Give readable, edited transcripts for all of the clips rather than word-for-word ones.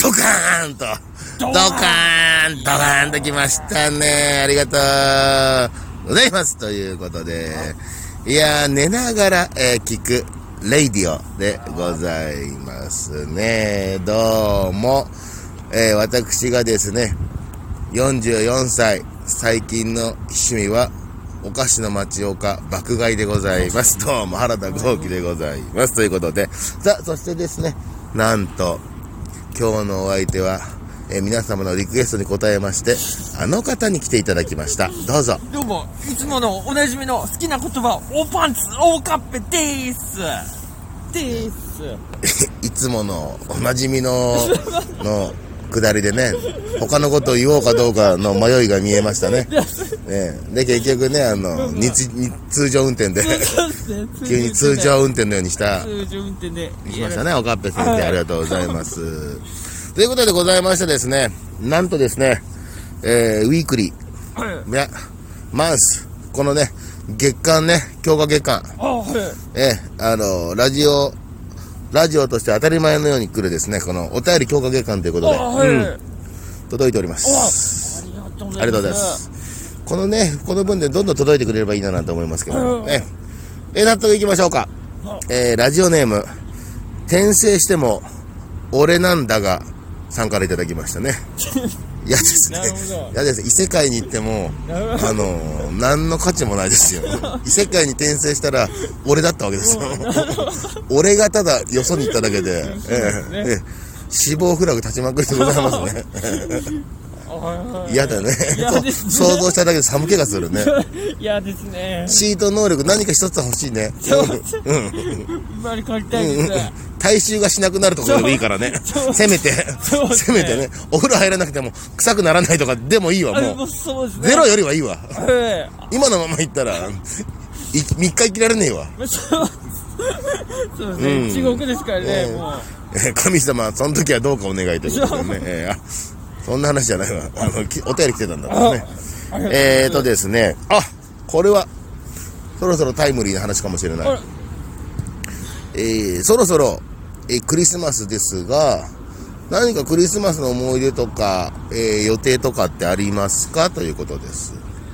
ドカーンと、ドカーンときましたね。ありがとうございます。ということで、いやー、寝ながら、聞く、レイディオでございますね。どうも、私がですね、44歳、最近の趣味は、お菓子の町岡爆買いでございます。どうも原田豪輝でございます。ということで、さあ、そしてですね、なんと、今日のお相手は、皆様のリクエストに応えまして、あの方に来ていただきました。どうぞ。 どうも、いつものおなじみの好きな言葉、おパンツ、おカッペでーす。 いつものおなじみの下りでね、他のことを言おうかどうかの迷いが見えましたね。で、結局ね、通常運転で、急に通常運転のようにした、 通常運転で。 しましたね、おかっぺ先生、ありがとうございます。ということでございましてですね、なんとですね、ウィークリー、いや、マンス、このね、月間ね、強化月間、ラジオとして当たり前のように来るですね、このお便り強化月間ということで、届いております。ありがとうございます。このね、この分でどんどん届いてくれればいいなと思いますけどね。納得いきましょうか。ラジオネーム、転生しても俺なんだがさんからいただきましたね。嫌ですね。嫌です。異世界に行っても、何の価値もないですよ。異世界に転生したら、俺だったわけですよ。俺がただよそに行っただけで、死亡フラグ立ちまくりでございますね。嫌だね。想像しただけで寒気がするね。 嫌ですね。 チート能力何か一つ欲しいね。 今に借りたいです。 体臭がしなくなるところでもいいからね。せめてね、お風呂入らなくても臭くならないとかでもいいわ、もう。ゼロよりはいいわ。今のまま行ったら、3日生きられねえわ。 そうですね。地獄ですからね、もう。 神様、その時はどうかお願いということでね。そんな話じゃないわ。お便り来てたんだからね。ですね。これは、そろそろタイムリーな話かもしれない。そろそろ、クリスマスですが、何かクリスマスの思い出とか、予定とかってありますかということです。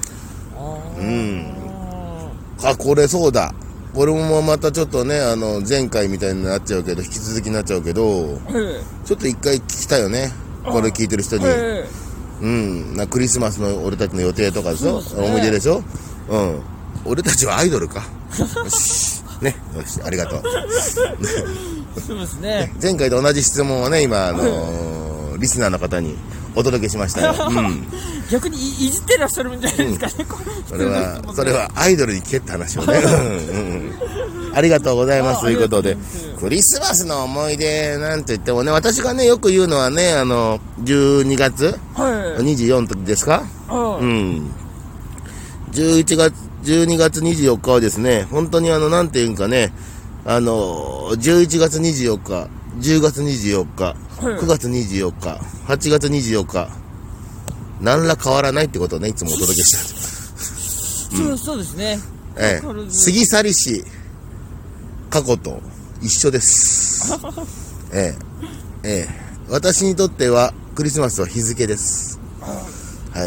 これそうだ。これもまたちょっとね、前回みたいになっちゃうけど、引き続きになっちゃうけど、ちょっと一回聞きたいよね。これ聞いてる人に。クリスマスの俺たちの予定とかでしょ、思い出でしょ。俺たちはアイドルか。よし。ね、よし、ありがとう。 そうですね。 前回と同じ質問をね、今、リスナーの方にお届けしましたよ。 逆にいじってらっしゃるんじゃないですかね。 それはアイドルに聞けって話をね。ありがとうございます。ということで、クリスマスの思い出なんて言ってもね、私がね、よく言うのはね、12月24ですか12月24日はですね、本当になんていうんかね、11月24日、10月24日、9月24日、8月24日、何ら変わらないってことをね、いつもお届けしてる。そうですね。 過ぎ去りし、過去と一緒です。私にとっては、クリスマスは日付です。はい。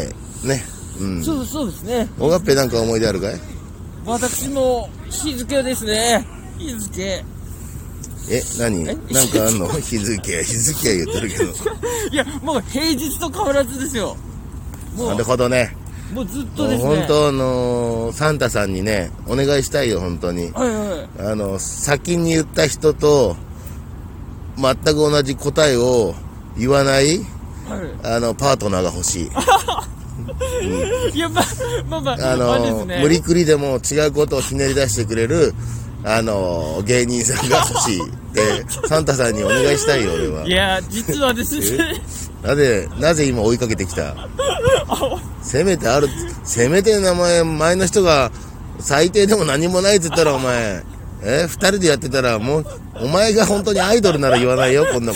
ね。 そうですね。 おがっぺなんか思い出あるかい？ 私も日付ですね。日付。 何？なんかあんの？日付言ってるけど。 いや、もう平日と変わらずですよ。 なるほどね。 もうずっとですね。 本当サンタさんにね、お願いしたいよ、本当に。先に言った人と、全く同じ答えを言わない、パートナーが欲しい。 いや、まあですね。 無理くりでも違うことをひねり出してくれる、芸人さんが欲しい。サンタさんにお願いしたいよ、俺は。 いや、実はですね。 なぜ今追いかけてきた？せめて名前の人が最低でも何もないって言ったらお前、2人でやってたらもう、お前が本当にアイドルなら言わないよ、こんなこと。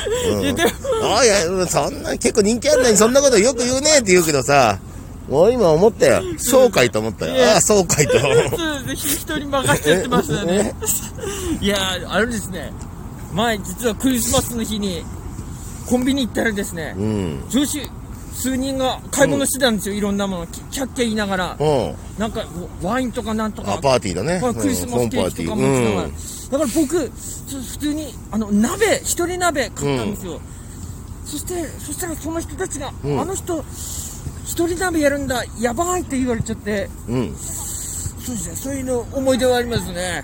そんな、結構人気あるのにそんなことよく言うねって言うけどさ、もう今思ったよ。そうかいと思ったよ。そうかいと。 そうです。人に任せちゃってましたね。いや、あれですね。前、実はクリスマスの日に、 コンビニ行ったらですね、 うん。 女子数人が買い物してたんですよ、いろんなものキャッキャ言いながら、なんかワインとかなんとか、 パーティーだね。 クリスマスケーキとか持ちながら、だから僕普通に一人鍋買ったんですよ。そしたらその人たちが、あの人一人鍋やるんだ、やばいって言われちゃって、そうですね、そういうの思い出はありますね。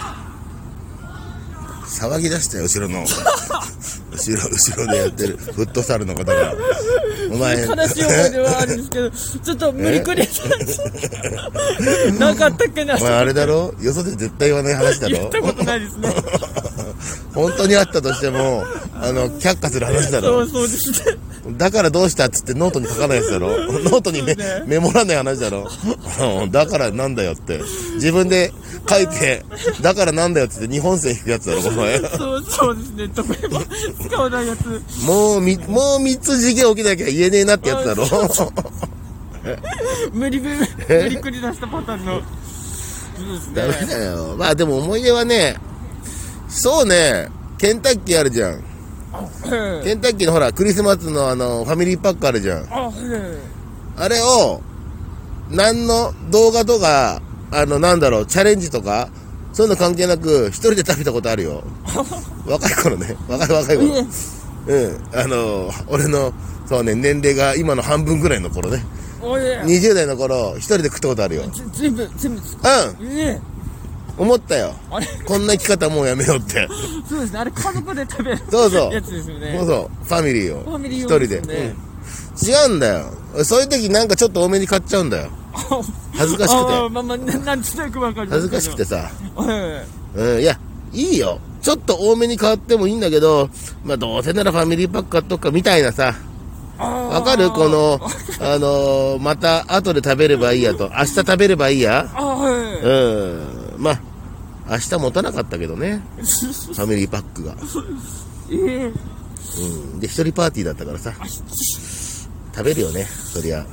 騒ぎ出したよ、後ろの後ろでやってるフットサルの方が、お前悲しい思い出はあるんですけど、ちょっと無理くりなかったっけな。 お前あれだろ、よそで絶対言わない話だろ。 言ったことないですね。 本当にあったとしても却下する話だろ。 そうですね。 だからどうしたっつってノートに書かないやつだろ。ノートにメモらない話だろ。だからなんだよって自分で書いて、だからなんだよって言って日本線引くやつだろ、お前。 そうですね。どこでも使わないやつ。 もう3つ事件起きなきゃ言えねえなってやつだろ。 無理くり出したパターンの。 ダメだよ。まあでも思い出はね、そうね、ケンタッキーあるじゃん。ケンタッキーのほらクリスマスのファミリーパックあるじゃん。あれを何の動画とかなんだろう、チャレンジとかそういうの関係なく一人で食べたことあるよ。若い頃ね、若い頃。俺のそうね、年齢が今の半分ぐらいの頃ね、20代の頃一人で食ったことあるよ。 全部思ったよ。こんな生き方もうやめようって。 そうですね、あれ家族で食べるやつですよね。 そうファミリーを一人で、違うんだよ。そういう時なんかちょっと多めに買っちゃうんだよ。恥ずかしくて。 なんとなくわかる。 恥ずかしくてさ。いや、いいよ。ちょっと多めに買ってもいいんだけど、まあどうせならファミリーパック買っとくかみたいなさ。わかる？このまた後で食べればいいやと、明日食べればいいや。まあ明日持たなかったけどね、ファミリーパックが。で一人パーティーだったからさ、食べるよね、そりゃ。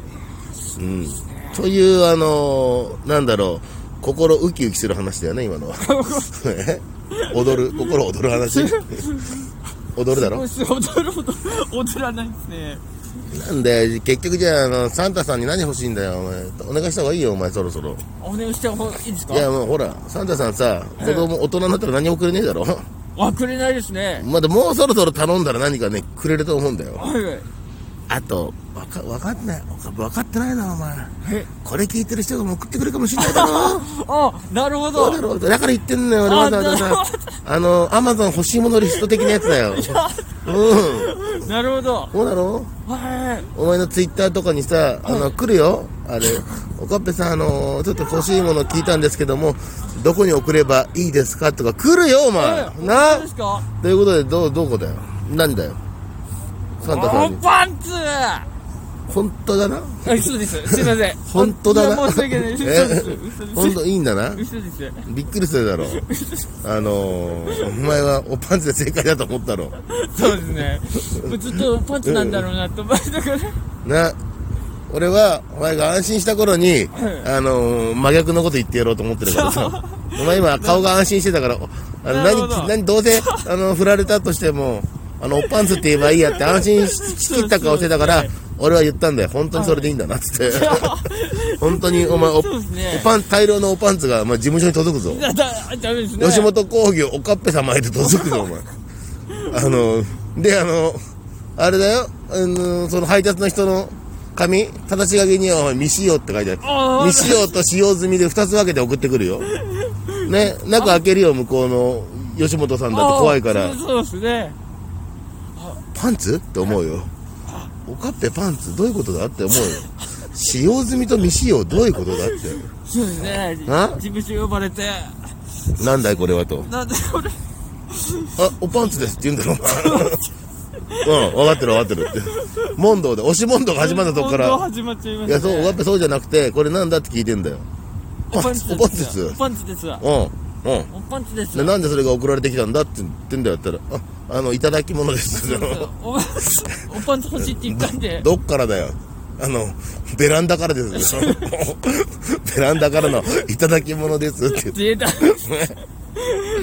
というなんだろう、心ウキウキする話だよね、今のは。心躍る話。踊るだろ。 踊らないですね。 なんで結局じゃあサンタさんに何欲しいんだよ、お前。お願いした方がいいよ、お前。そろそろお願いした方がいいですか。 いやもうほら、サンタさんさ、子供大人になったら何もくれねえだろ。 くれないですね。 まだもうそろそろ頼んだら何かねくれると思うんだよ。あと分かってないな、お前。これ聞いてる人がもう送ってくるかもしれないだろ。 なるほど。 だから言ってんのよ、俺わざわざさ、アマゾン欲しいものリスト的なやつだよ。 なるほど。 そうだろ。お前のツイッターとかにさ、来るよ、あれ。おかっぺさん、ちょっと欲しいもの聞いたんですけども、どこに送ればいいですかとか来るよ、お前。な。ということで、どこだよ。何だよ。サンタさんに。 パンツ。 本当だな。 そうです。すいません。 本当だな。 申し訳ない。 本当いいんだな。 嘘です。 びっくりするだろ。お前はおパンツで正解だと思ったろ。 そうですね。ずっとパンツなんだろうなと思ったから。 な。俺はお前が安心した頃に真逆のこと言ってやろうと思ってるからさ。お前今顔が安心してたから、何どうせ振られたとしてもおパンツって言えばいいやって安心しきった顔してたから、俺は言ったんだよ。本当にそれでいいんだなっつって。本当にお前大量のおパンツが事務所に届くぞ。 ダメですね。 吉本興業おかっぺ様へと届くぞ、お前。であれだよ、その配達の人の紙、たし書きには未使用って書いてある。未使用と使用済みで2つ分けて送ってくるよ。ね、中開けるよ、向こうの吉本さんだって怖いから。 そうですね。 パンツって思うよ。おかっぺパンツどういうことだって思うよ。使用済みと未使用どういうことだって。 そうですね。事務所呼ばれて、 なんだいこれはと。 なんだこれ。 おパンツですって言うんだろ。分かってるって。問答で押し問答が始まったとこから。いや、そう、おかっぺそうじゃなくて、これなんだって聞いてんだよ。おパンツです。 おパンツです。おパンツです。 なんでそれが送られてきたんだって言ってんだよって言ったら、いただき物です。 おパンツ欲しいって言ったんで。 どっからだよ。ベランダからですよ。ベランダからのいただき物ですって言って。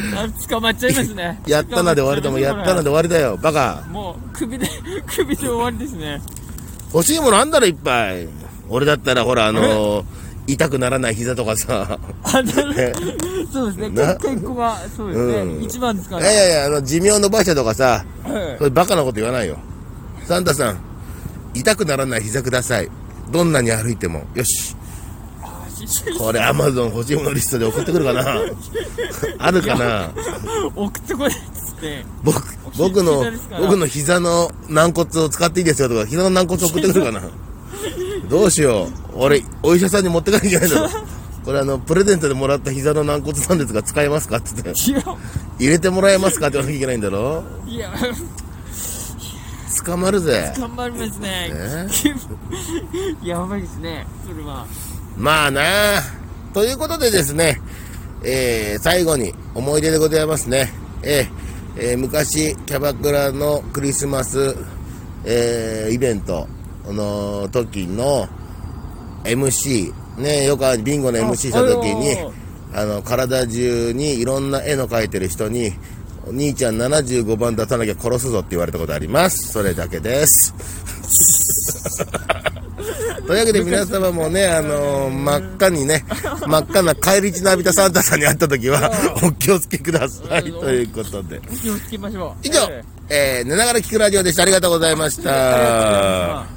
捕まっちゃいますね。 やったなで終わりだもん、やったなで終わりだよ、バカ。 もう、首で終わりですね。 欲しいものあんだろ、いっぱい。俺だったら、ほら、痛くならない膝とかさ。 そうですね。健康が、そうですね。一番ですから。 いや、寿命伸ばしたとかさ、それバカなこと言わないよ。サンタさん、痛くならない膝ください。どんなに歩いても。よし。これアマゾン欲しいものリストで送ってくるかな。あるかな。 送ってこいっつって。 僕の膝の軟骨を使っていいですよとか、膝の軟骨送ってくるかな。どうしよう。俺、お医者さんに持ってかなきゃいけないんだろ。これプレゼントでもらった膝の軟骨なんですが、使えますかって言って。入れてもらえますかって言わなきゃいけないんだろ。いや。捕まるぜ。 捕まりますね。やばいですね、それは。 まあなあ。ということでですね、最後に思い出でございますね。昔、キャバクラのクリスマス、イベントの時の MC、ね、よくビンゴの MC した時に、体中にいろんな絵の描いてる人に、お兄ちゃん75番出さなきゃ殺すぞって言われたことあります。それだけです。というわけで皆様もね、真っ赤にね、真っ赤な返り血の浴びたサンタさんに会った時は、お気をつけください。ということで。 お気をつけましょう。 以上、寝ながら聞くラジオでした。ありがとうございました。